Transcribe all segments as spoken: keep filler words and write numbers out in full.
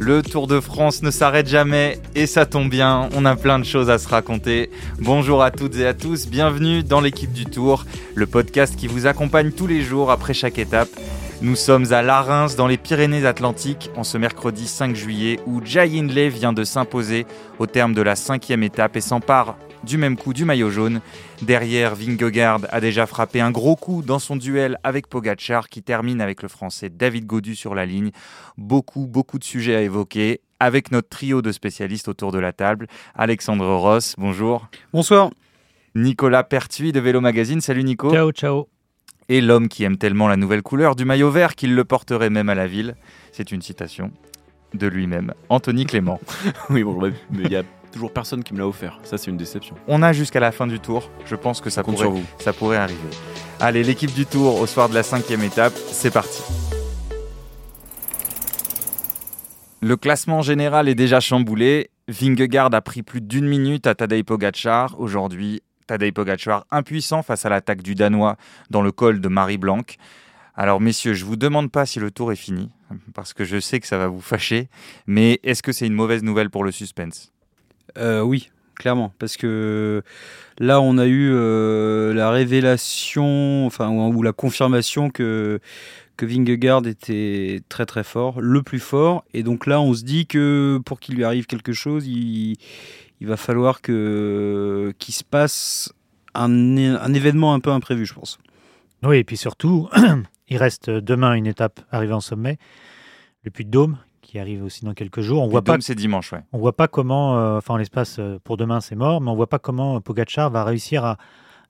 Le Tour de France ne s'arrête jamais et ça tombe bien, on a plein de choses à se raconter. Bonjour à toutes et à tous, bienvenue dans l'équipe du Tour, le podcast qui vous accompagne tous les jours après chaque étape. Nous sommes à Larins dans les Pyrénées-Atlantiques en ce mercredi cinq juillet où Jai Hindley vient de s'imposer au terme de la cinquième étape et s'empare du même coup du maillot jaune. Derrière, Vingegaard a déjà frappé un gros coup dans son duel avec Pogačar qui termine avec le Français David Gaudu sur la ligne. Beaucoup, beaucoup de sujets à évoquer avec notre trio de spécialistes autour de la table. Alexandre Ross, bonjour. Bonsoir. Nicolas Pertuis de Vélo Magazine, salut Nico. Ciao, ciao. Et l'homme qui aime tellement la nouvelle couleur du maillot vert qu'il le porterait même à la ville, c'est une citation de lui-même, Anthony Clément. Oui, bon, mais il y a toujours personne qui me l'a offert. Ça, c'est une déception. On a jusqu'à la fin du tour. Je pense que ça, pourrait, ça pourrait arriver. Allez, l'équipe du tour au soir de la cinquième étape, c'est parti. Le classement général est déjà chamboulé. Vingegaard a pris plus d'une minute à Tadej Pogačar. Aujourd'hui, Tadej Pogačar impuissant face à l'attaque du Danois dans le col de Marie-Blanc. Alors messieurs, je ne vous demande pas si le tour est fini, parce que je sais que ça va vous fâcher, mais est-ce que c'est une mauvaise nouvelle pour le suspense ? Euh, oui, clairement, parce que là on a eu euh, la révélation, enfin ou, ou la confirmation que que Vingegaard était très très fort, le plus fort, et donc là on se dit que pour qu'il lui arrive quelque chose, il, il va falloir que qu'il se passe un, un événement un peu imprévu, je pense. Oui, et puis surtout, il reste demain une étape arrivée en sommet, le Puy-de-Dôme, qui arrive aussi dans quelques jours. On voit pas, c'est dimanche, ouais. On voit pas comment, euh, enfin en l'espace euh, pour demain c'est mort, mais on voit pas comment Pogačar va réussir à,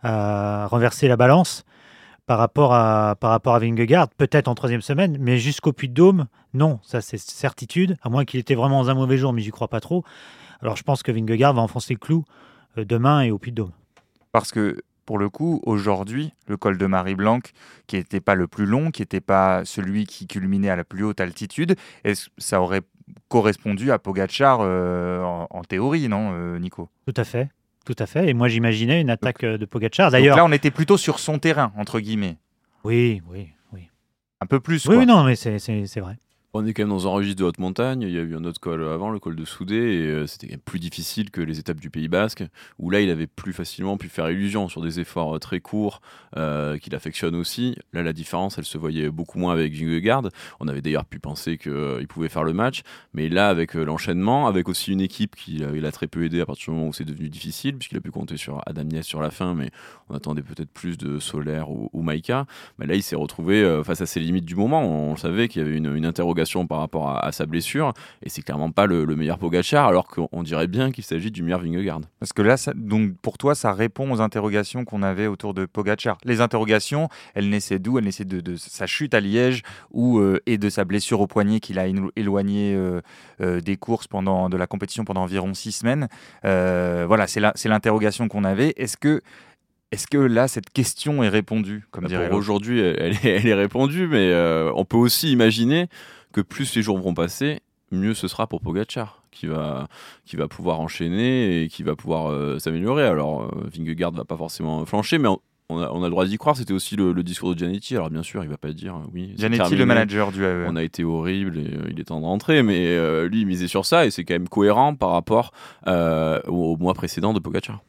à renverser la balance par rapport à par rapport à Vingegaard, peut-être en troisième semaine, mais jusqu'au Puy-de-Dôme, non, ça c'est certitude, à moins qu'il était vraiment dans un mauvais jour, mais j'y crois pas trop. Alors je pense que Vingegaard va enfoncer le clou euh, demain et au Puy-de-Dôme. Parce que pour le coup, aujourd'hui, le col de Marie-Blanc, qui n'était pas le plus long, qui n'était pas celui qui culminait à la plus haute altitude, est-ce, ça aurait correspondu à Pogačar euh, en, en théorie, non, euh, Nico ? Tout à fait, tout à fait. Et moi, j'imaginais une attaque donc, de Pogačar. D'ailleurs, donc là, on était plutôt sur son terrain, entre guillemets. Oui, oui, oui. Un peu plus, oui, quoi. Oui, non, mais c'est, c'est, c'est vrai. On est quand même dans un registre de haute montagne. Il y a eu un autre col avant, le col de Soudé, et euh, c'était quand même plus difficile que les étapes du Pays Basque, où là, il avait plus facilement pu faire illusion sur des efforts euh, très courts euh, qu'il affectionne aussi. Là, la différence, elle se voyait beaucoup moins avec Vingegaard. On avait d'ailleurs pu penser qu'il euh, pouvait faire le match, mais là, avec euh, l'enchaînement, avec aussi une équipe qui euh, il a très peu aidé à partir du moment où c'est devenu difficile, puisqu'il a pu compter sur Adam Yates sur la fin, mais on attendait peut-être plus de Soler ou, ou Maïka. Mais là, il s'est retrouvé euh, face à ses limites du moment. On, on savait qu'il y avait une, une interrogation par rapport à à sa blessure, et c'est clairement pas le, le meilleur Pogačar, alors qu'on dirait bien qu'il s'agit du meilleur Vingegaard. Parce que là, ça, donc pour toi, ça répond aux interrogations qu'on avait autour de Pogačar. Les interrogations, elles naissaient d'où ? Elles naissaient de, de sa chute à Liège ou, euh, et de sa blessure au poignet qu'il a éloigné euh, euh, des courses pendant, de la compétition pendant environ six semaines. Euh, voilà, c'est, la, c'est l'interrogation qu'on avait. Est-ce que Est-ce que là, cette question est répondue, comme bah dirait pour l'autre ? Aujourd'hui, elle, elle, est, elle est répondue, mais euh, on peut aussi imaginer que plus les jours vont passer, mieux ce sera pour Pogačar, qui va, qui va pouvoir enchaîner et qui va pouvoir euh, s'améliorer. Alors, euh, Vingegaard ne va pas forcément flancher, mais on, on, a, on a le droit d'y croire. C'était aussi le, le discours de Giannetti. Alors, bien sûr, il ne va pas dire oui. Giannetti, terminé, le manager du A E. On a été horrible et euh, il est temps de rentrer, mais euh, lui, il misait sur ça et c'est quand même cohérent par rapport euh, au, au mois précédent de Pogačar.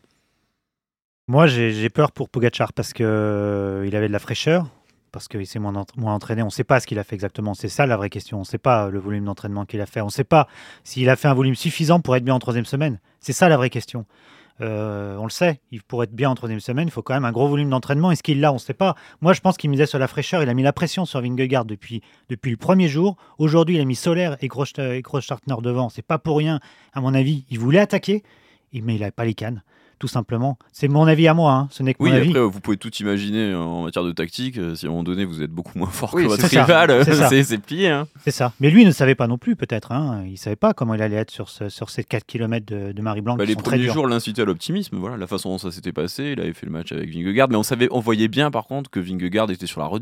Moi, j'ai, j'ai peur pour Pogačar parce qu'il euh, avait de la fraîcheur, parce qu'il s'est moins, moins entraîné. On ne sait pas ce qu'il a fait exactement. C'est ça la vraie question. On ne sait pas le volume d'entraînement qu'il a fait. On ne sait pas s'il a fait un volume suffisant pour être bien en troisième semaine. C'est ça la vraie question. Euh, on le sait. Il, pour être bien en troisième semaine, il faut quand même un gros volume d'entraînement. Est-ce qu'il l'a ? On ne sait pas. Moi, je pense qu'il misait sur la fraîcheur. Il a mis la pression sur Vingegaard depuis, depuis le premier jour. Aujourd'hui, il a mis Soler et Großschartner devant. C'est pas pour rien. À mon avis, il voulait attaquer, mais il n'avait pas les cannes. Tout simplement. C'est mon avis à moi, hein. Ce n'est que oui, mon avis. Après, vous pouvez tout imaginer en matière de tactique. Si à un moment donné, vous êtes beaucoup moins fort oui, que votre c'est rival, c'est, c'est, c'est plié. Hein. C'est ça. Mais lui ne savait pas non plus, peut-être. Hein. Il ne savait pas comment il allait être sur, ce, sur ces quatre kilomètres de, de Marie-Blanc. Bah, qui les sont premiers très jours l'incitaient à l'optimisme. Voilà, la façon dont ça s'était passé. Il avait fait le match avec Vingegaard. Mais on, savait, on voyait bien, par contre, que Vingegaard était sur la retenue.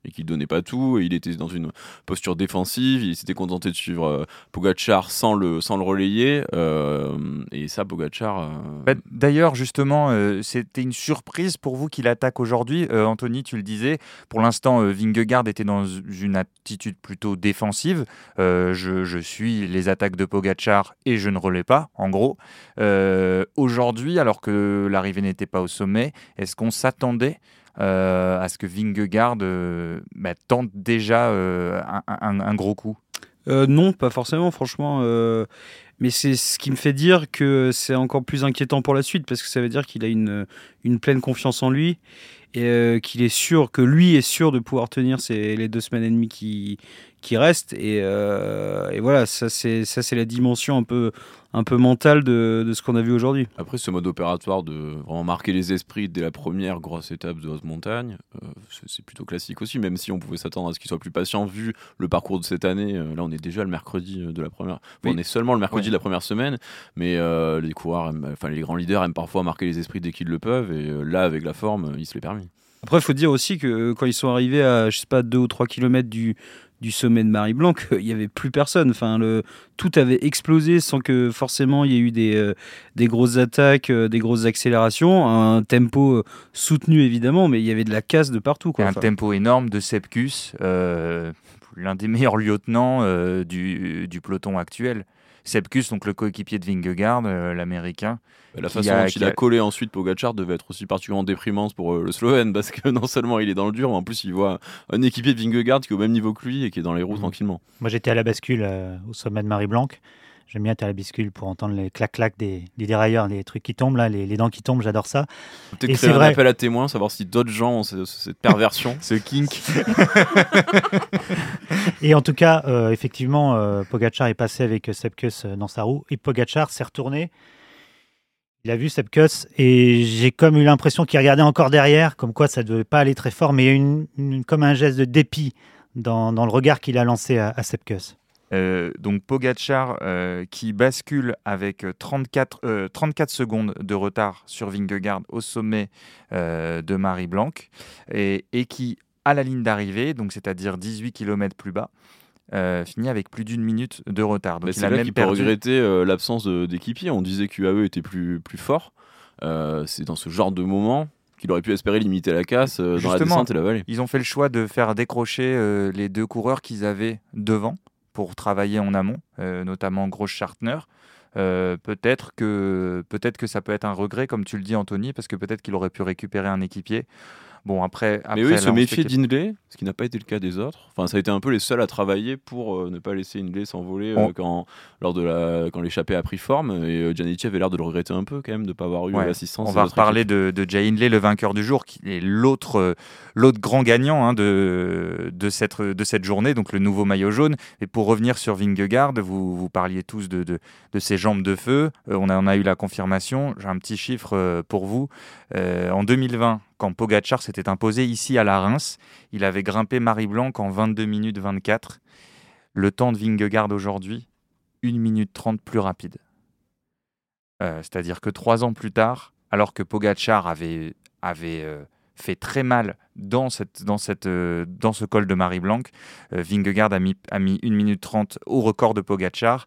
et qu'il donnait pas tout, et il était dans une posture défensive, il s'était contenté de suivre euh, Pogačar sans le, sans le relayer, euh, et ça, Pogačar... Euh... Bah, d'ailleurs, justement, euh, c'était une surprise pour vous qu'il attaque aujourd'hui. Euh, Anthony, tu le disais, pour l'instant, euh, Vingegaard était dans une attitude plutôt défensive. Euh, je, je suis les attaques de Pogačar et je ne relaie pas, en gros. Euh, aujourd'hui, alors que l'arrivée n'était pas au sommet, est-ce qu'on s'attendait Euh, à ce que Vingegaard euh, bah, tente déjà euh, un, un, un gros coup? Euh, non, pas forcément, franchement. Euh, mais c'est ce qui me fait dire que c'est encore plus inquiétant pour la suite, parce que ça veut dire qu'il a une, une pleine confiance en lui et euh, qu'il est sûr, que lui est sûr de pouvoir tenir ces, les deux semaines et demie qui, qui restent. Et, euh, et voilà, ça c'est, ça c'est la dimension un peu, un peu mentale de, de ce qu'on a vu aujourd'hui. Après, ce mode opératoire de vraiment marquer les esprits dès la première grosse étape de haute montagne, euh, c'est, c'est plutôt classique aussi, même si on pouvait s'attendre à ce qu'il soit plus patient vu le parcours de cette année. Euh, là, on est déjà le mercredi de la première. Enfin, oui. On est seulement le mercredi oui. de la première semaine, mais euh, les coureurs, aiment, enfin les grands leaders aiment parfois marquer les esprits dès qu'ils le peuvent, et euh, là, avec la forme, il se l'est permis. Après, il faut dire aussi que quand ils sont arrivés à, je sais pas, deux ou trois kilomètres du, du sommet de Marie-Blanc, il n'y avait plus personne. Enfin, le, tout avait explosé sans que forcément il y ait eu des, euh, des grosses attaques, euh, des grosses accélérations, un tempo euh, soutenu évidemment, mais il y avait de la casse de partout, quoi. Un Enfin, tempo énorme de Sepkus, euh, l'un des meilleurs lieutenants euh, du, du peloton actuel. Sepkus, donc le coéquipier de Vingegaard, euh, l'américain. La Qui façon a- dont qui il a, a- collé ensuite Pogačar devait être aussi particulièrement déprimante pour euh, le Slovène, parce que non seulement il est dans le dur, mais en plus il voit un équipier de Vingegaard qui est au même niveau que lui et qui est dans les roues Mhm. tranquillement. Moi, j'étais à la bascule euh, au sommet de Marie-Blanc. J'aime bien être à la bascule pour entendre les clac-clac des, des dérailleurs, les trucs qui tombent, là, les, les dents qui tombent, j'adore ça. Faut peut-être Et créer c'est un vrai. appel à témoins, savoir si d'autres gens ont ce- cette perversion. Ce kink. Et en tout cas, euh, effectivement, euh, Pogačar est passé avec euh, Sepkus euh, dans sa roue, et Pogačar s'est retourné. Il a vu Sepkus, et j'ai comme eu l'impression qu'il regardait encore derrière, comme quoi ça ne devait pas aller très fort, mais il y a une, une- comme un geste de dépit dans, dans le regard qu'il a lancé à, à Sepkus. Euh, donc Pogačar euh, qui bascule avec trente-quatre, euh, trente-quatre secondes de retard sur Vingegaard au sommet euh, de Marie-Blanc et, et qui, à la ligne d'arrivée, donc c'est-à-dire dix-huit kilomètres plus bas, euh, finit avec plus d'une minute de retard. Donc Mais il c'est a là même qu'il peut perdu. regretter euh, l'absence de- d'équipiers. On disait qu'U A E était plus, plus fort. Euh, c'est dans ce genre de moment qu'il aurait pu espérer limiter la casse euh, dans la Justement. descente et la vallée. Ils ont fait le choix de faire décrocher euh, les deux coureurs qu'ils avaient devant pour travailler en amont, euh, notamment Gross-Schartner. Euh, peut-être que peut-être que ça peut être un regret, comme tu le dis, Anthony, parce que peut-être qu'il aurait pu récupérer un équipier. Bon, après, après Mais eux, ils se là, on sait méfiaient qu'il- d'Hindley, ce qui n'a pas été le cas des autres. Enfin, ça a été un peu les seuls à travailler pour euh, ne pas laisser Hindley s'envoler euh, On- quand, lors de la, quand l'échappée a pris forme. Et euh, Giannitti avait l'air de le regretter un peu quand même de ne pas avoir eu Ouais, l'assistance. On des va autres reparler équipes. de, de Jay Hindley, le vainqueur du jour, qui est l'autre, euh, l'autre grand gagnant hein, de, de, cette, de cette journée, donc le nouveau maillot jaune. Et pour revenir sur Vingegaard, vous, vous parliez tous de, de, de ses jambes de feu. Euh, on, a, on a eu la confirmation. J'ai un petit chiffre euh, pour vous. Euh, en deux mille vingt, quand Pogačar s'était imposé ici à la Reims, il avait grimpé Marie-Blanc en vingt-deux minutes vingt-quatre. Le temps de Vingegaard aujourd'hui, une minute trente plus rapide. Euh, c'est-à-dire que trois ans plus tard, alors que Pogačar avait, avait euh, fait très mal dans, cette, dans, cette, euh, dans ce col de Marie-Blanc, euh, Vingegaard a mis, a mis une minute trente au record de Pogačar.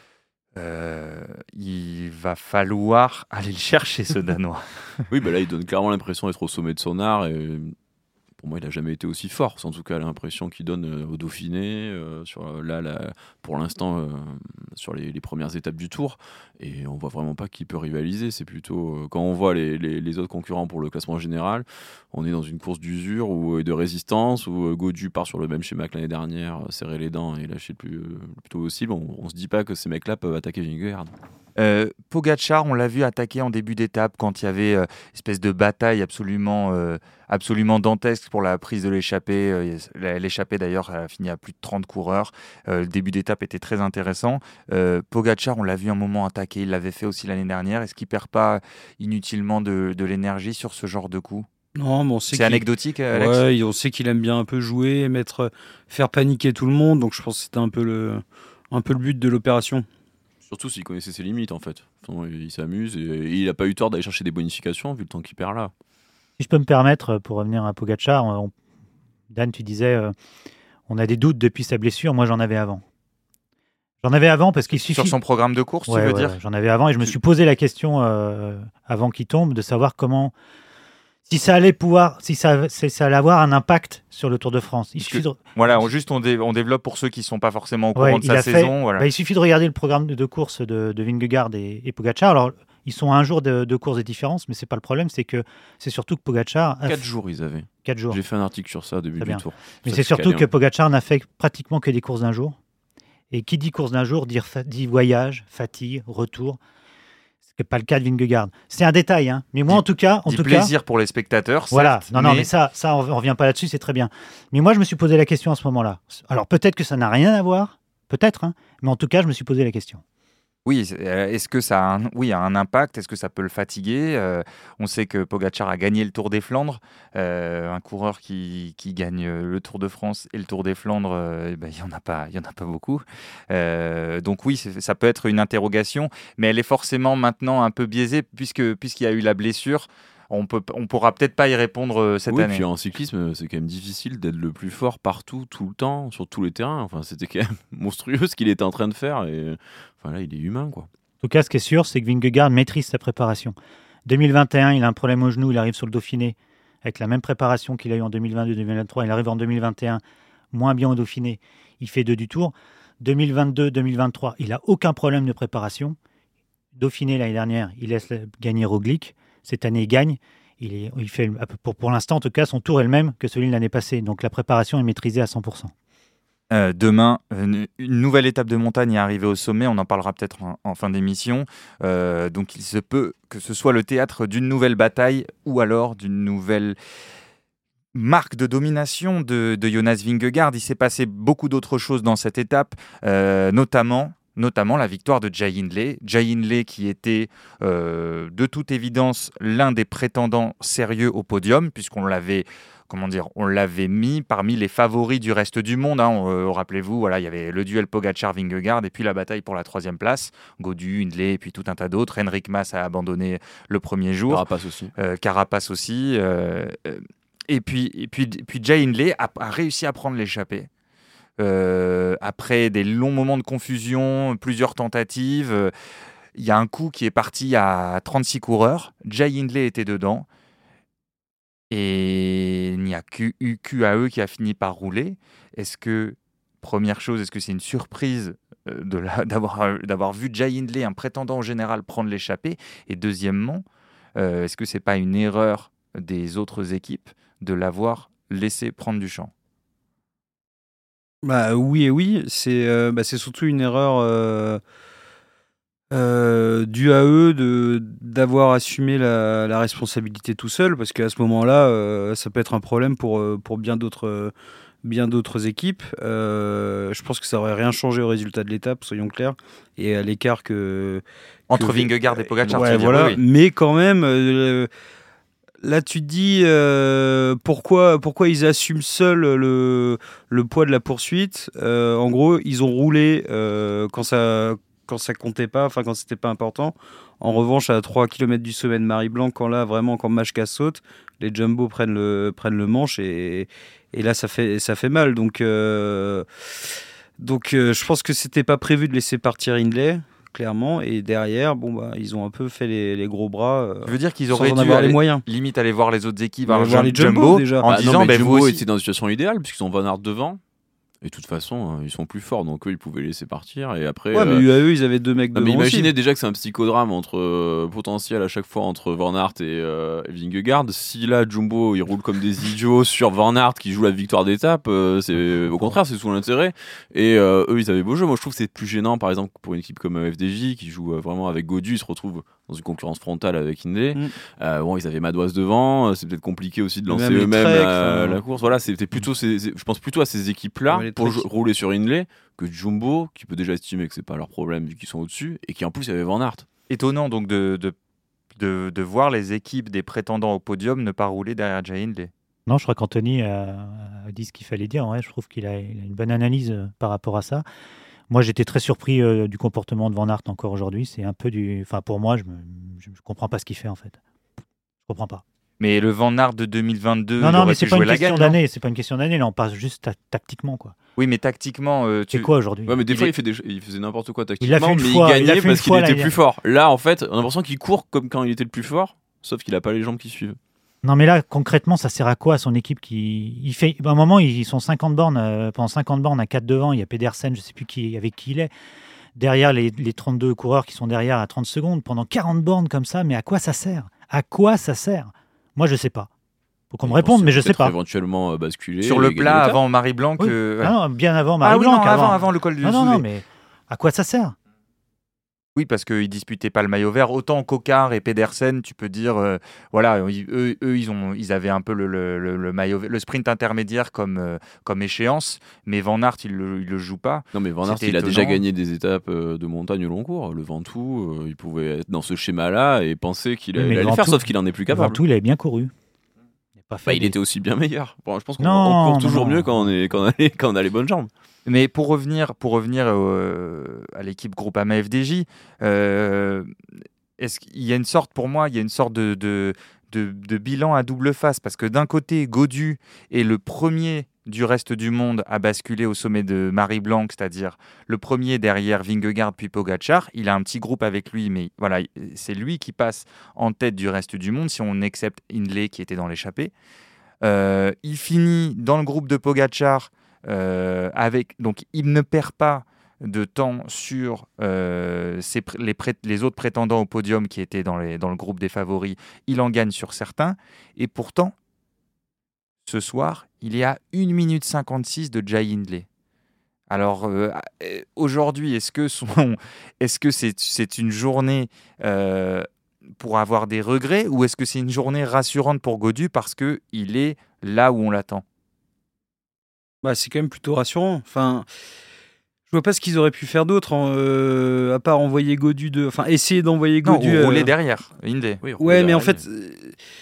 Euh, il va falloir aller le chercher, ce Danois. Oui, bah là, il donne clairement l'impression d'être au sommet de son art. Et pour moi, il n'a jamais été aussi fort. C'est en tout cas l'impression qu'il donne euh, au Dauphiné, euh, sur, là, là, pour l'instant, euh, sur les, les premières étapes du Tour. Et on voit vraiment pas qui peut rivaliser. C'est plutôt, euh, quand on voit les, les, les autres concurrents pour le classement général, on est dans une course d'usure ou de résistance, où euh, Gaudu part sur le même schéma que l'année dernière, euh, serrer les dents et lâcher le plus, euh, le plus tôt possible. On, on se dit pas que ces mecs-là peuvent attaquer Vingegaard. Euh, Pogačar, on l'a vu attaquer en début d'étape quand il y avait euh, une espèce de bataille absolument, euh, absolument dantesque pour la prise de l'échappée. Euh, l'échappée d'ailleurs a fini à plus de trente coureurs. Euh, le début d'étape était très intéressant. Euh, Pogačar, on l'a vu un moment attaquer, il l'avait fait aussi l'année dernière. Est-ce qu'il perd pas inutilement de, de l'énergie sur ce genre de coup? non, mais on sait C'est qu'il- anecdotique, Alex? Ouais, on sait qu'il aime bien un peu jouer, mettre, faire paniquer tout le monde. Donc je pense que c'était un peu le, un peu le but de l'opération. Surtout s'il connaissait ses limites, en fait. Enfin, il s'amuse et, et il n'a pas eu tort d'aller chercher des bonifications vu le temps qu'il perd là. Si je peux me permettre, pour revenir à Pogačar, on- Dan, tu disais, euh, on a des doutes depuis sa blessure. Moi, j'en avais avant. J'en avais avant parce qu'il suffit... Sur son programme de course, ouais, tu veux ouais, dire ouais, j'en avais avant et je me suis posé la question euh, avant qu'il tombe de savoir comment... Si ça allait pouvoir, si ça, si ça allait avoir un impact sur le Tour de France. Il suffit de... Voilà, on, juste on, dé, on développe pour ceux qui ne sont pas forcément au courant ouais, de sa fait, saison. Voilà. Bah, il suffit de regarder le programme de, de course de, de Vingegaard et, et Pogacar. Alors, ils sont à un jour de, de course de différence, mais c'est pas le problème, c'est que c'est surtout que Pogacar... Quatre jours, ils avaient. Quatre jours. J'ai fait un article sur ça au début Très du bien. Tour. Mais ça c'est surtout calé, que hein. Pogacar n'a fait pratiquement que des courses d'un jour. Et qui dit course d'un jour dit, dit voyage, fatigue, retour. Ce n'est pas le cas de Vingegaard. C'est un détail, hein. Mais moi, Dit- en tout cas, en Dit tout plaisir cas, pour les spectateurs. voilà. Certes, Non, non, mais ça, ça, on ne revient pas là-dessus, c'est très bien. Mais moi, je me suis posé la question à ce moment-là. Alors peut-être que ça n'a rien à voir, peut-être, hein. Mais en tout cas, je me suis posé la question. Oui, est-ce que ça a un, oui, a un impact? Est-ce que ça peut le fatiguer? euh, On sait que Pogacar a gagné le Tour des Flandres. Euh, un coureur qui, qui gagne le Tour de France et le Tour des Flandres, euh, ben, il n'y en a pas, il y en a pas beaucoup. Euh, donc oui, ça peut être une interrogation, mais elle est forcément maintenant un peu biaisée puisque, puisqu'il y a eu la blessure. On peut, on pourra peut-être pas y répondre cette oui, année. Puis en cyclisme, c'est quand même difficile d'être le plus fort partout, tout le temps, sur tous les terrains. Enfin, c'était quand même monstrueux ce qu'il était en train de faire. Et enfin là, il est humain, quoi. En tout cas, ce qui est sûr, c'est que Vingegaard maîtrise sa préparation. deux mille vingt et un, il a un problème au genou, il arrive sur le Dauphiné avec la même préparation qu'il a eu en deux mille vingt-deux deux mille vingt-trois. Il arrive en deux mille vingt et un, moins bien au Dauphiné, il fait deux du Tour. deux mille vingt-deux deux mille vingt-trois, il n'a aucun problème de préparation. Dauphiné l'année dernière, il laisse gagner Roglic. Cette année, il gagne. Il, est, il fait, pour, pour l'instant, en tout cas, son tour est le même que celui de l'année passée. Donc la préparation est maîtrisée à cent pour cent. Euh, demain, une, une nouvelle étape de montagne est arrivée au sommet. On en parlera peut-être en, en fin d'émission. Euh, donc il se peut que ce soit le théâtre d'une nouvelle bataille ou alors d'une nouvelle marque de domination de, de Jonas Vingegaard. Il s'est passé beaucoup d'autres choses dans cette étape, euh, notamment... notamment la victoire de Jay Hindley. Jay Hindley qui était euh, de toute évidence l'un des prétendants sérieux au podium, puisqu'on l'avait, comment dire, on l'avait mis parmi les favoris du reste du monde. Hein. Euh, rappelez-vous, voilà, il y avait le duel Pogacar-Vingegaard et puis la bataille pour la troisième place. Gaudu, Hindley et puis tout un tas d'autres. Henrik Mas a abandonné le premier jour. Carapace aussi. Euh, Carapace aussi. Euh, euh, et puis, et puis, puis Jay Hindley a, a réussi à prendre l'échappée. Euh, après des longs moments de confusion, plusieurs tentatives, il euh, y a un coup qui est parti à trente-six coureurs. Jay Hindley était dedans. Et il n'y a qu'U Q A E qui a fini par rouler. Est-ce que, première chose, est-ce que c'est une surprise euh, de la, d'avoir, euh, d'avoir vu Jay Hindley, un prétendant au général, prendre l'échappée? Et deuxièmement, euh, est-ce que ce n'est pas une erreur des autres équipes de l'avoir laissé prendre du champ? Bah oui et oui, c'est euh, bah, c'est surtout une erreur euh, euh, due à eux de d'avoir assumé la, la responsabilité tout seul, parce qu'à ce moment-là, euh, ça peut être un problème pour euh, pour bien d'autres euh, bien d'autres équipes. Euh, je pense que ça aurait rien changé au résultat de l'étape, soyons clairs, et à l'écart que entre que, Vingegaard et Pogacar. Ouais, tu veux dire, voilà. oui, oui. Mais quand même. Euh, Là, tu te dis euh, pourquoi, pourquoi ils assument seuls le, le poids de la poursuite. Euh, en gros, ils ont roulé euh, quand ça quand ça comptait pas, enfin quand c'était pas important. En revanche, à trois kilomètres du sommet de Marie-Blanc, quand là vraiment quand Majka saute, les Jumbo prennent le prennent le manche et, et là ça fait ça fait mal. Donc euh, donc euh, je pense que c'était pas prévu de laisser partir Hindley, clairement, et derrière, bon bah, ils ont un peu fait les, les gros bras. Euh, Je veux dire qu'ils sans auraient en dû avoir aller, les moyens. limite aller voir les autres équipes, Aller alors voir Jum- les Jumbo, Jumbo, déjà. en Bah, disant non, mais ben, Jumbo vous aussi. était dans une situation idéale puisqu'ils ont Van Aert devant. Et de toute façon, ils sont plus forts, donc eux, ils pouvaient laisser partir. Et après, Ouais, mais euh, U A E, ils avaient deux mecs non, devant mais imaginez aussi. déjà que c'est un psychodrame entre euh, potentiel à chaque fois entre Van Aert et euh, Vingegaard. Si là, Jumbo, ils roulent comme des idiots sur Van Aert qui joue la victoire d'étape, euh, c'est au contraire, c'est sous l'intérêt. Et euh, eux, ils avaient beau jeu. Moi, je trouve que c'est plus gênant, par exemple, pour une équipe comme F D J qui joue euh, vraiment avec Gaudu, ils se retrouvent dans une concurrence frontale avec Hindley. Mm. Euh, bon, ils avaient Madouas devant, c'est peut-être compliqué aussi de Même lancer les eux-mêmes Trek, la, enfin. la course. Voilà, c'était plutôt, ces, ces- je pense plutôt à ces équipes-là Ouais, les pour Trek. jou- rouler sur Hindley que Jumbo, qui peut déjà estimer que c'est pas leur problème vu qu'ils sont au-dessus, et qui en plus avait Van Aert. Étonnant donc de, de, de, de voir les équipes des prétendants au podium ne pas rouler derrière Jay Hindley. Non, je crois qu'Anthony a, a dit ce qu'il fallait dire. Ouais, je trouve qu'il a, il a une bonne analyse euh, par rapport à ça. Moi, j'étais très surpris euh, du comportement de Van Aert encore aujourd'hui. C'est un peu du. Enfin, pour moi, je ne je, je comprends pas ce qu'il fait en fait. Je comprends pas. Mais le Van Aert de deux mille vingt-deux, Non, il non, aurait mais pu c'est pas jouer une la question gagne, non d'année. C'est pas une question d'année. Là, on passe juste ta- tactiquement, quoi. Oui, mais tactiquement, euh, tu... C'est quoi aujourd'hui? Ouais, mais des Il fois, est- il, fait des... il faisait n'importe quoi Il l'a tactiquement, fait une mais fois, il il l'a gagnait fait une parce qu'il fois, était là, plus il- fort. Là, en fait, on a l'impression qu'il court comme quand il était le plus fort, sauf qu'il a pas les jambes qui suivent. Non, mais là, concrètement, ça sert à quoi à son équipe qui il fait à un moment ils sont cinquante bornes euh, pendant cinquante bornes à quatre devant. Il y a Pedersen, je sais plus qui avec qui il est. Derrière les, les trente-deux coureurs qui sont derrière à trente secondes pendant quarante bornes comme ça. Mais à quoi ça sert? À quoi ça sert? Moi, je sais pas. Faut qu'on me Ils réponde, pensaient mais je sais peut-être pas. éventuellement euh, basculer. Sur et le gagner plat l'étape. avant Marie-Blanc. Oui. que- Ah non, bien avant Ah Marie oui, Blanc. non, avant, avant le col du Ah non, non, Soudé. mais à quoi ça sert? Oui, parce qu'ils disputaient pas le maillot vert. Autant Cocard et Pedersen, tu peux dire, euh, voilà, ils- eux, eux, ils ont, ils avaient un peu le, le, le- le maillot, le sprint intermédiaire comme, euh, comme échéance, mais Van Aert, il le, il le joue pas. Non, mais Van Aert, C'était il a étonnant. déjà gagné des étapes euh, de montagne au long cours. Le Ventoux, euh, il pouvait être dans ce schéma-là et penser qu'il Oui, mais allait le le faire, Ventoux- sauf qu'il en est plus Avant capable. tout, il avait bien couru. Il n'a pas fait Bah, il des- était aussi bien meilleur. Bon, je pense qu'on Non, on court non, toujours non. mieux quand on, est, quand, on a, quand on a les bonnes jambes. Mais pour revenir, pour revenir euh, à l'équipe Groupama F D J, euh, est-ce qu'il y a une sorte, pour moi, il y a une sorte de, de, de, de bilan à double face, parce que d'un côté, Gaudu est le premier du reste du monde à basculer au sommet de Marie-Blanc, c'est-à-dire le premier derrière Vingegaard puis Pogacar. Il a un petit groupe avec lui, mais voilà, c'est lui qui passe en tête du reste du monde, si on accepte Hindley qui était dans l'échappée. Euh, il finit dans le groupe de Pogacar. Euh, avec, donc il ne perd pas de temps sur euh, ses pr- les, pré- les autres prétendants au podium qui étaient dans, les, dans le groupe des favoris. Il en gagne sur certains. Et pourtant, ce soir, il est à une minute cinquante-six de Jai Hindley. Alors euh, euh, aujourd'hui, est-ce que, son, est-ce que c'est, c'est une journée euh, pour avoir des regrets, ou est-ce que c'est une journée rassurante pour Gaudu parce qu'il est là où on l'attend? Bah, c'est quand même plutôt rassurant. Enfin, je vois pas ce qu'ils auraient pu faire d'autre, hein, euh, à part envoyer Gaudu de, enfin essayer d'envoyer Non, Gaudu. ou rouler euh, derrière, Hindley. Oui, Ouais, mais en derrière, fait, euh,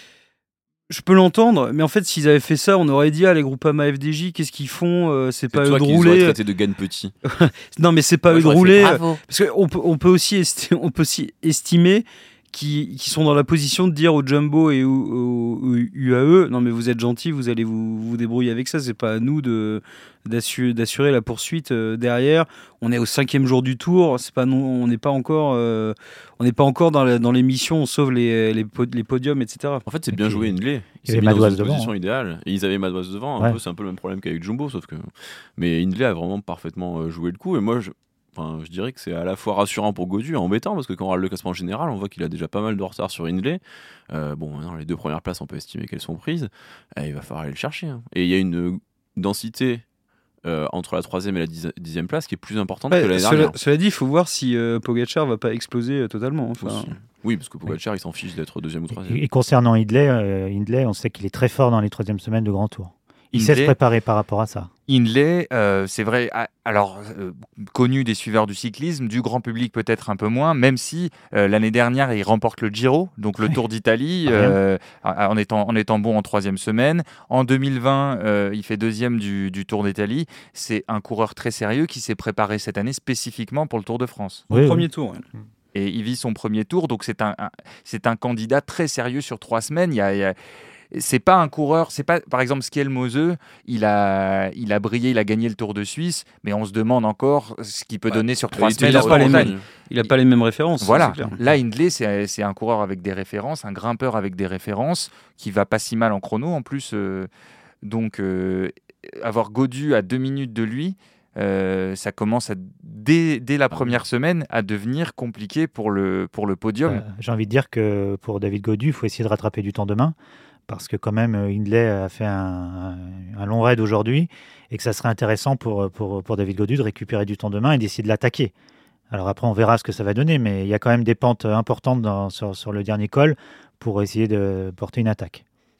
je peux l'entendre, mais en fait, s'ils avaient fait ça, on aurait dit ah les Groupama F D J, qu'est-ce qu'ils font euh, C'est c'est pas eux toi de qui les aurais rouler. traités de gagne petit. Non, mais c'est pas Moi, eux de j'aurais fait rouler. bravo. Parce qu'on peut, on peut aussi, esti- on peut aussi estimer qui, qui sont dans la position de dire au Jumbo et au, au- au U A E non mais vous êtes gentils, vous allez vous, vous débrouiller avec ça, c'est pas à nous de d'assurer, d'assurer la poursuite euh, derrière. On est au cinquième jour du Tour, c'est pas non, on n'est pas encore euh, on n'est pas encore dans, la, dans les missions, on sauve les, les, pod- les podiums, et cetera. En fait, c'est Et bien puis, joué Hindley. il y Il s'est avait mis dans Madouas une devant, position hein. idéale. Et ils avaient Madouas devant. Un Ouais. peu, c'est un peu le même problème qu'avec Jumbo, sauf que. Mais Hindley a vraiment parfaitement euh, joué le coup. Et moi, je, enfin, je dirais que c'est à la fois rassurant pour Gaudu et embêtant parce que quand on regarde le classement général, on voit qu'il a déjà pas mal de retard sur Hindley. Euh, bon, maintenant, les deux premières places, on peut estimer qu'elles sont prises. Eh, il va falloir aller le chercher. hein. Et il y a une densité. Euh, entre la troisième et la dix- dixième place qui est plus importante Ouais, que l'année cela, dernière. cela dit, il faut voir si euh, Pogacar va pas exploser euh, totalement. Enfin, Aussi. Oui, parce que Pogacar, il s'en fiche d'être deuxième ou troisième. Et, et concernant Hindley, euh, Hindley, on sait qu'il est très fort dans les troisième semaines de Grand Tour. Il sait se Hindley- préparer par rapport à ça. Hindley, euh, c'est vrai, ah, alors euh, connu des suiveurs du cyclisme, du grand public peut-être un peu moins, même si euh, l'année dernière il remporte le Giro, donc le Oui. Tour d'Italie, Rien. euh, en, étant, en étant bon en troisième semaine. En deux mille vingt, euh, il fait deuxième du, du Tour d'Italie. C'est un coureur très sérieux qui s'est préparé cette année spécifiquement pour le Tour de France. au Oui, premier oui. tour. ouais. Et il vit son premier tour, donc c'est un, un- c'est un candidat très sérieux sur trois semaines. Il y a, il y a- c'est pas un coureur, c'est pas par exemple Skiel Moseux, il a, il a brillé, il a gagné le Tour de Suisse, mais on se demande encore ce qu'il peut Ouais. donner sur Il trois était semaines. il a en pas les montagne. mêmes. Il a pas les mêmes références. Voilà, c'est clair. là Hindley c'est, c'est un coureur avec des références, un grimpeur avec des références, qui va pas si mal en chrono en plus. euh, donc euh, avoir Gaudu à deux minutes de lui, euh, ça commence à, dès, dès la première semaine à devenir compliqué pour le, pour le podium. Euh, J'ai envie de dire que pour David Gaudu, il faut essayer de rattraper du temps demain. Parce que quand même, euh, Hindley a fait un, un- un long raid aujourd'hui et que ça serait intéressant pour, pour, pour David Gaudu de récupérer du temps demain et d'essayer de l'attaquer. Alors après, on verra ce que ça va donner, mais il y a quand même des pentes importantes dans- sur, sur le dernier col pour essayer de porter une attaque.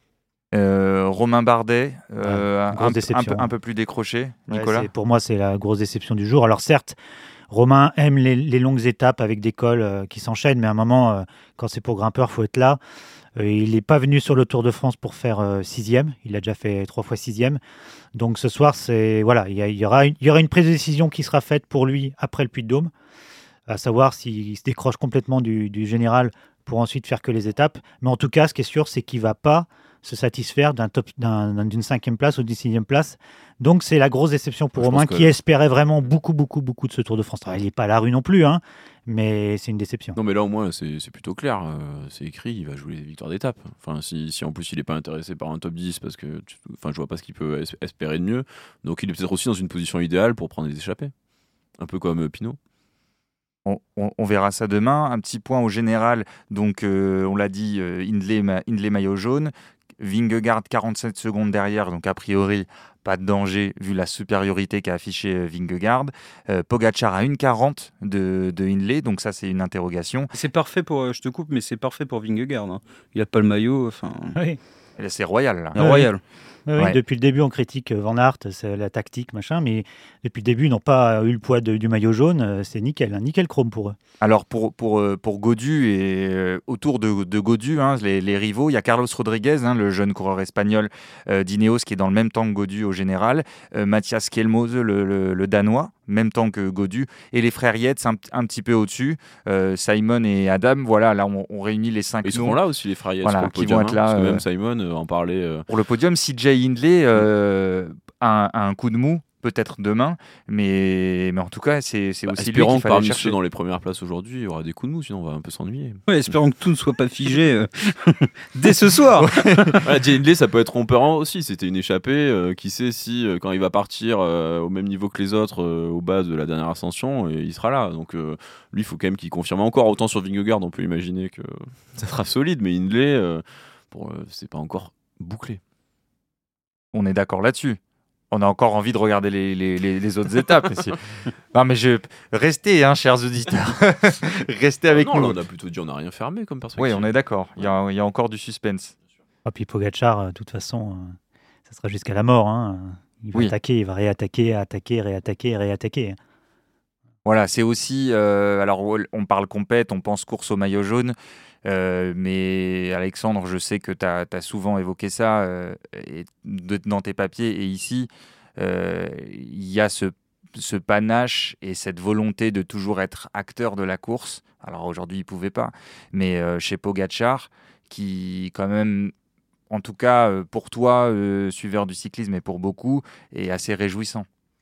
Euh, Romain Bardet, euh, Ouais, grosse un, déception. un peu, un peu plus décroché, Ouais, Nicolas. c'est- pour moi, c'est la grosse déception du jour. Alors certes, Romain aime les, les longues étapes avec des cols euh, qui s'enchaînent, mais à un moment, euh, quand c'est pour grimpeur, il faut être là. Euh, il n'est pas venu sur le Tour de France pour faire euh, sixième. Il a déjà fait trois fois sixième. Donc ce soir, c'est voilà, il y, a- il y aura une, il y aura une prise de décision qui sera faite pour lui après le Puy-de-Dôme, à savoir s'il se décroche complètement du, du général pour ensuite faire que les étapes. Mais en tout cas, ce qui est sûr, c'est qu'il ne va pas se satisfaire d'un top, d'un, d'une cinquième place ou d'une sixième place. Donc, c'est la grosse déception pour Je Romain, pense que- qui espérait vraiment beaucoup, beaucoup, beaucoup de ce Tour de France. Alors, il n'est pas à la rue non plus, hein, mais c'est une déception. Non, mais là, au moins, c'est c'est plutôt clair. euh, c'est écrit, il va jouer les victoires d'étape. Enfin, si, si en plus il n'est pas intéressé par un top dix, parce que tu- enfin, je vois pas ce qu'il peut es- espérer de mieux. Donc, il est peut-être aussi dans une position idéale pour prendre des échappées. Un peu comme euh, Pinot. On, on- on verra ça demain. Un petit point au général. Donc, euh, on l'a dit, euh, Hindley, ma- Hindley maillot jaune. Vingegaard quarante-sept secondes derrière. Donc, a priori, pas de danger vu la supériorité qu'a affiché euh, Vingegaard. Euh, Pogacar à une quarante de, de Hindley. Donc, ça, c'est une interrogation. C'est parfait pour, euh, je te coupe, mais c'est parfait pour Vingegaard. Hein. Il a pas le maillot, enfin, Oui. Et là, c'est royal. Là. Ah oui. royal. Oui, oui, Ouais. depuis le début, on critique euh, Van Aert, c'est la tactique, machin, mais depuis le début, ils n'ont pas eu le poids de- du maillot jaune. euh, C'est nickel, hein, nickel chrome pour eux. Alors pour, pour, euh, pour Gaudu et euh, autour de, de Gaudu, hein, les, les rivaux, il y a Carlos Rodriguez, hein, le jeune coureur espagnol euh, d'Ineos qui est dans le même temps que Gaudu au général, euh, Mathias Kelmose, le, le, le danois, même temps que Gaudu, et les frères Yates un, un petit peu au-dessus, euh, Simon et Adam. Voilà, là on, on réunit les cinq Ils noms seront là aussi, les frères Yates, Voilà, pour le qui podium, vont être hein, là, parce que euh, même Simon euh, en parlait. euh, pour le podium. C J Hindley euh, a, a un coup de mou, peut-être demain, mais, mais en tout cas, c'est c'est bah, aussi lui espérons qu'il que fallait parmi chercher. ceux dans les premières places aujourd'hui, il y aura des coups de mou, sinon on va un peu s'ennuyer. Ouais, espérons que tout ne soit pas figé euh, dès ce soir. Voilà, Jay Hindley, ça peut être rompeur aussi. C'était une échappée. euh, qui sait si, euh, quand il va partir euh, au même niveau que les autres euh, au bas de la dernière ascension, et il sera là. Donc, euh, lui, il faut quand même qu'il confirme encore. Autant sur Vingegaard, on peut imaginer que ça sera solide, mais Hindley, euh, bon, euh, c'est pas encore bouclé. On est d'accord là-dessus. On a encore envie de regarder les, les, les, les autres étapes. Si- Non, mais je... restez, hein, chers auditeurs. Restez avec Ah non, nous. là, on a plutôt dit on n'a rien fermé comme perspective. Oui, on est d'accord. Il y a, il y a encore du suspense. Et puis Pogacar, euh, de toute façon, euh, ça sera jusqu'à la mort. Hein. Il va Oui. attaquer, il va réattaquer, attaquer, réattaquer, réattaquer. Voilà, c'est aussi. euh, alors, on parle compète, on pense course au maillot jaune. euh, mais Alexandre, je sais que tu as souvent évoqué ça euh, et de- dans tes papiers. Et ici, euh, il y a ce, ce panache et cette volonté de toujours être acteur de la course. Alors aujourd'hui, il ne pouvait pas. Mais euh, chez Pogacar, qui quand même. En tout cas, euh, pour toi, euh, suiveur du cyclisme, et pour beaucoup, est assez réjouissant.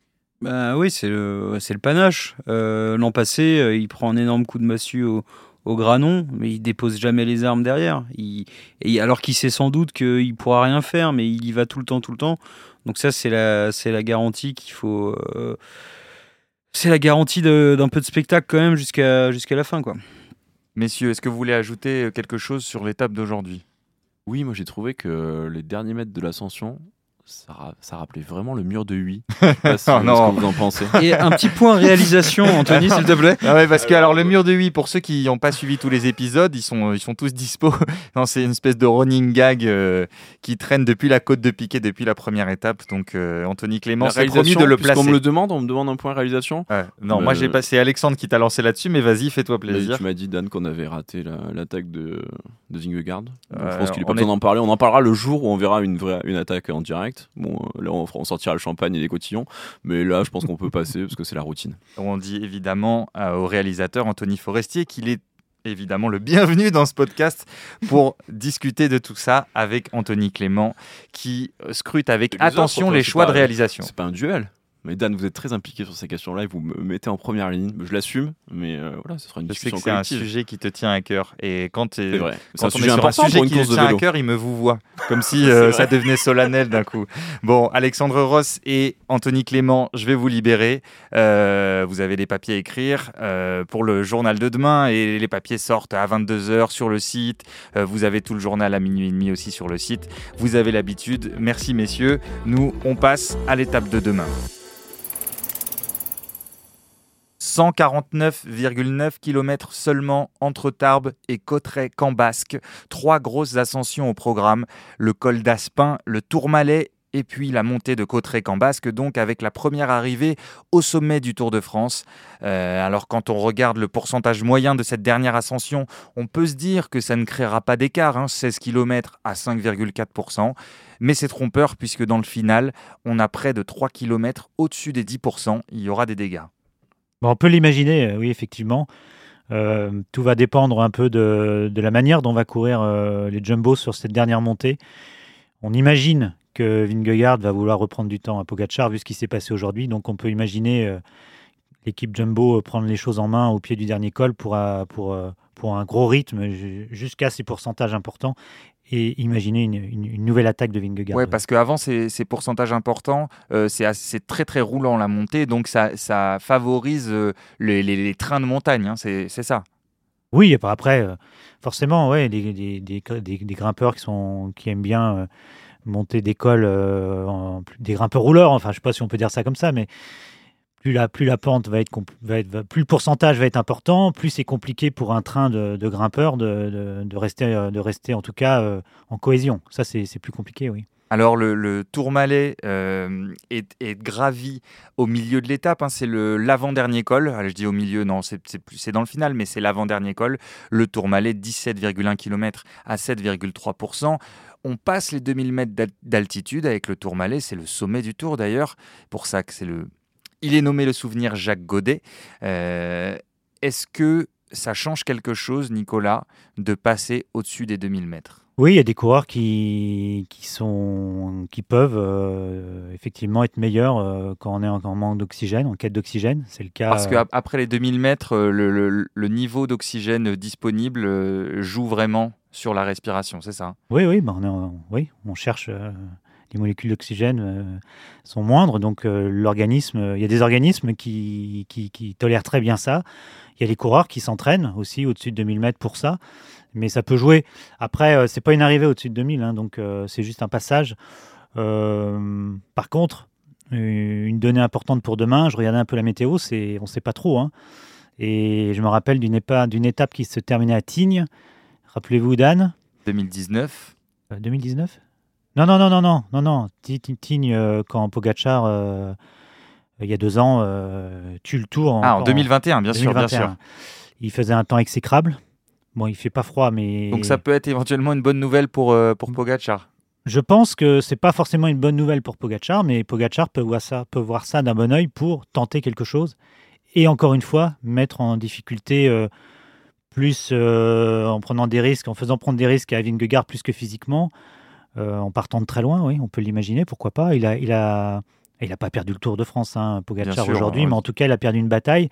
Bah oui, c'est le, c'est le panache. Euh, l'an passé, euh, il prend un énorme coup de massue au, au granon, mais il dépose jamais les armes derrière. Il, et alors qu'il sait sans doute qu'il pourra rien faire, mais il y va tout le temps, tout le temps. Donc ça, c'est la, c'est la garantie qu'il faut. euh, c'est la garantie de- d'un peu de spectacle quand même jusqu'à jusqu'à la fin, quoi. Messieurs, est-ce que vous voulez ajouter quelque chose sur l'étape d'aujourd'hui ? Oui, moi j'ai trouvé que les derniers mètres de l'ascension, ça, ra- ça rappelait vraiment le mur de Huy. Je sais pas si- Oh ce non. que vous en pensez. Et un petit point réalisation, Anthony, s'il te plaît. Ah ouais, parce que alors le mur de Huy, pour ceux qui n'ont pas suivi tous les épisodes, ils sont, ils sont tous dispo. Non, c'est une espèce de running gag euh, qui traîne depuis la côte de Piquet, depuis la première étape. Donc euh, Anthony Clément La s'est promis réalisation, de le puisqu'on placer. me le demande, on me demande un point réalisation. Ouais. Non, Euh, moi j'ai passé Alexandre qui t'a lancé là-dessus, mais vas-y, fais-toi Mais plaisir. tu m'as dit, Dan, qu'on avait raté la- l'attaque de, de Vingegaard. Donc, Euh, je pense qu'il n'est on pas est- besoin d'en parler. On en parlera le jour où on verra une, vraie, une attaque en direct. Bon, euh, là, on, fera- on sortira le champagne et les cotillons. Mais là, je pense qu'on peut passer parce que c'est la routine. On dit évidemment euh, au réalisateur Anthony Forestier qu'il est évidemment le bienvenu dans ce podcast pour discuter de tout ça avec Anthony Clément qui euh, scrute avec Et les attention autres, les c'est choix pas- de réalisation. C'est pas un duel. Mais Dan, vous êtes très impliqué sur ces questions-là et vous me mettez en première ligne. Je l'assume, mais euh, voilà, ce sera une Je sais discussion que c'est un collective. sujet qui te tient à cœur et quand, t'es- C'est vrai. C'est quand un on sujet est sur un important sujet pour une qui le course de tient à vélo. cœur, il me vous voit comme si C'est euh, vrai. ça devenait solennel d'un coup. Bon, Alexandre Ross et Anthony Clément, je vais vous libérer. Euh, vous avez des papiers à écrire euh, pour le journal de demain et les papiers sortent à vingt-deux heures sur le site. Euh, vous avez tout le journal à minuit et demi aussi sur le site. Vous avez l'habitude. Merci messieurs. Nous, on passe à l'étape de demain. cent quarante-neuf virgule neuf kilomètres seulement entre Tarbes et Cauterets-Cambasque. Trois grosses ascensions au programme, le col d'Aspin, le Tourmalet et puis la montée de Cauterets-Cambasque, donc avec la première arrivée au sommet du Tour de France. Euh, alors quand on regarde le pourcentage moyen de cette dernière ascension, on peut se dire que ça ne créera pas d'écart, hein, seize kilomètres à cinq virgule quatre pour cent. Mais c'est trompeur puisque dans le final, on a près de trois kilomètres au-dessus des dix pour cent. Il y aura des dégâts. Bon, on peut l'imaginer, euh, oui, effectivement. Euh, tout va dépendre un peu de, de la manière dont va courir euh, les Jumbo sur cette dernière montée. On imagine que Vingegaard va vouloir reprendre du temps à Pogačar vu ce qui s'est passé aujourd'hui. Donc on peut imaginer euh, l'équipe Jumbo euh, prendre les choses en main au pied du dernier col pour, euh, pour, euh, pour un gros rythme jusqu'à ces pourcentages importants et imaginer une, une, une nouvelle attaque de Vingegaard. Ouais, parce qu'avant ces, ces pourcentages importants, euh, c'est, assez, c'est très très roulant la montée, donc ça, ça favorise euh, les, les, les trains de montagne, hein, c'est, c'est ça. Oui, après, euh, forcément, ouais, des, des, des, des, des grimpeurs qui, sont, qui aiment bien euh, monter des cols, euh, en, des grimpeurs rouleurs, enfin, je ne sais pas si on peut dire ça comme ça, mais plus la, plus la pente va être, va être, plus le pourcentage va être important, plus c'est compliqué pour un train de, de grimpeurs de, de, de, rester, de rester, en tout cas, euh, en cohésion. Ça, c'est, c'est plus compliqué, oui. Alors le, le Tourmalet euh, est, est gravi au milieu de l'étape, hein, c'est le, l'avant-dernier col. Alors, je dis au milieu, non, c'est, c'est, c'est dans le final, mais c'est l'avant-dernier col. Le Tourmalet, dix-sept virgule un kilomètres à sept virgule trois pour cent. On passe les deux mille mètres d'altitude avec le Tourmalet, c'est le sommet du Tour d'ailleurs. Pour ça que c'est le... Il est nommé le souvenir Jacques Godet. Euh, est-ce que ça change quelque chose, Nicolas, de passer au-dessus des deux mille mètres ? Oui, il y a des coureurs qui, qui, sont, qui peuvent euh, effectivement être meilleurs euh, quand on est en, en manque d'oxygène, en quête d'oxygène. C'est le cas. Parce qu'après les deux mille mètres, le, le, le niveau d'oxygène disponible euh, joue vraiment sur la respiration, c'est ça ? Oui, oui, bah on, est en, oui on cherche. Euh, les molécules d'oxygène euh, sont moindres, donc euh, l'organisme, il y a des organismes qui, qui, qui tolèrent très bien ça. Il y a des coureurs qui s'entraînent aussi au-dessus de deux mille mètres pour ça. Mais ça peut jouer. Après, euh, c'est pas une arrivée au-dessus de deux mille, hein, donc euh, c'est juste un passage. Euh, par contre, une donnée importante pour demain, je regardais un peu la météo, c'est, on ne sait pas trop. Hein, et je me rappelle d'une, épa, d'une étape qui se terminait à Tignes. Rappelez-vous, Dan deux mille dix-neuf euh, deux mille dix-neuf Non, non, non, non, non, non, non. Tignes, euh, quand Pogačar, euh, il y a deux ans, euh, tue le Tour. En, ah, en deux mille vingt et un, bien sûr, bien sûr. Il faisait un temps exécrable. Bon, il fait pas froid, mais... Donc ça peut être éventuellement une bonne nouvelle pour, euh, pour Pogačar. Je pense que c'est pas forcément une bonne nouvelle pour Pogačar, mais Pogačar peut voir ça, peut voir ça d'un bon œil pour tenter quelque chose. Et encore une fois, mettre en difficulté euh, plus euh, en prenant des risques, en faisant prendre des risques à Vingegaard plus que physiquement, euh, en partant de très loin, oui, on peut l'imaginer, pourquoi pas. Il a, il a, il a pas perdu le Tour de France, hein, Pogačar aujourd'hui, ouais. Mais en tout cas, il a perdu une bataille.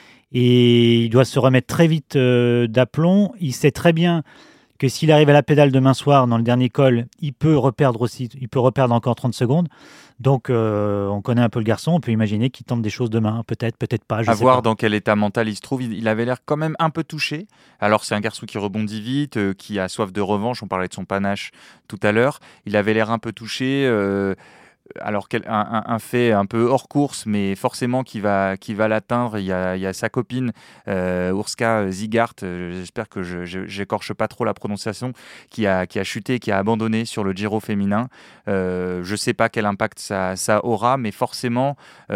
Et il doit se remettre très vite euh, d'aplomb. Il sait très bien que s'il arrive à la pédale demain soir dans le dernier col, il peut reperdre aussi, il peut reperdre encore trente secondes. Donc euh, on connaît un peu le garçon, on peut imaginer qu'il tente des choses demain, peut-être, peut-être pas. Je à sais voir pas. Dans quel état mental il se trouve. Il, il avait l'air quand même un peu touché. Alors c'est un garçon qui rebondit vite, euh, qui a soif de revanche. On parlait de son panache tout à l'heure. Il avait l'air un peu touché. Euh, Alors un, un, un fait un peu hors course, mais forcément qui va, qui va l'atteindre. Il y a, il y a sa copine euh, Urska Zigart, euh, j'espère que je, je, j'écorche pas trop la prononciation, qui a, qui a chuté, qui a abandonné sur le Giro féminin. Euh, je sais pas quel impact ça, ça aura, mais forcément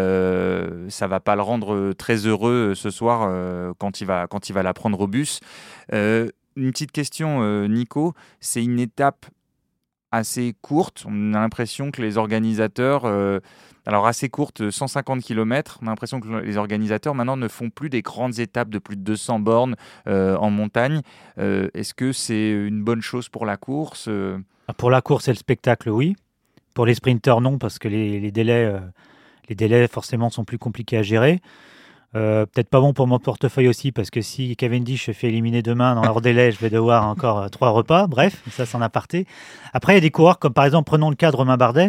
euh, ça va pas le rendre très heureux ce soir euh, quand, il va, quand il va la prendre au bus. Euh, une petite question, euh, Nico, c'est une étape assez courte. On a l'impression que les organisateurs, euh, alors assez courte, cent cinquante kilomètres, on a l'impression que les organisateurs maintenant ne font plus des grandes étapes de plus de deux cents bornes euh, en montagne. Euh, est-ce que c'est une bonne chose pour la course ? Pour la course et le spectacle, oui. Pour les sprinteurs, non, parce que les, les, délais, euh, les délais forcément sont plus compliqués à gérer. Euh, peut-être pas bon pour mon portefeuille aussi, parce que si Cavendish se fait éliminer demain dans leur délai, je vais devoir encore euh, trois repas. Bref, ça c'est en aparté. Après, il y a des coureurs comme par exemple, prenons le cas de Romain Bardet.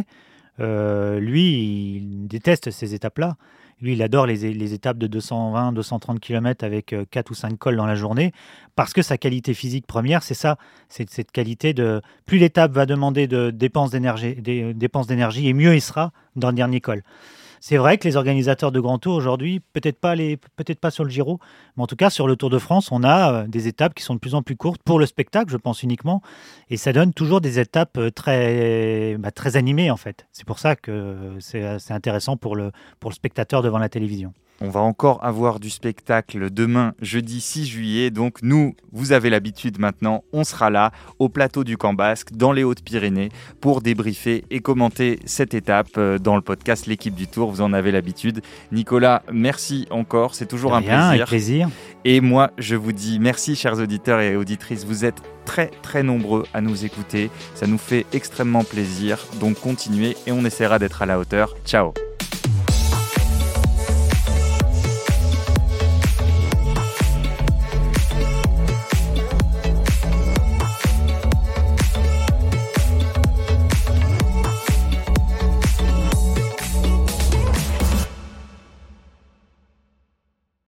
Euh, lui, il déteste ces étapes-là. Lui, il adore les, les étapes de deux cent vingt à deux cent trente kilomètres avec euh, quatre ou cinq cols dans la journée, parce que sa qualité physique première, c'est ça. C'est cette qualité de... Plus l'étape va demander de dépenses d'énergie, des, dépenses d'énergie, et mieux il sera dans le dernier col. C'est vrai que les organisateurs de Grand Tour aujourd'hui, peut-être pas, les, peut-être pas sur le Giro, mais en tout cas sur le Tour de France, on a des étapes qui sont de plus en plus courtes pour le spectacle, je pense uniquement, et ça donne toujours des étapes très, bah, très animées en fait. C'est pour ça que c'est, c'est intéressant pour le, pour le spectateur devant la télévision. On va encore avoir du spectacle demain, jeudi six juillet. Donc nous, vous avez l'habitude maintenant, on sera là au plateau du Camp Basque, dans les Hautes-Pyrénées, pour débriefer et commenter cette étape dans le podcast L'équipe du Tour. Vous en avez l'habitude. Nicolas, merci encore, c'est toujours De un rien, plaisir. avec plaisir. Et moi, je vous dis merci, chers auditeurs et auditrices. Vous êtes très très nombreux à nous écouter. Ça nous fait extrêmement plaisir. Donc continuez et on essaiera d'être à la hauteur. Ciao.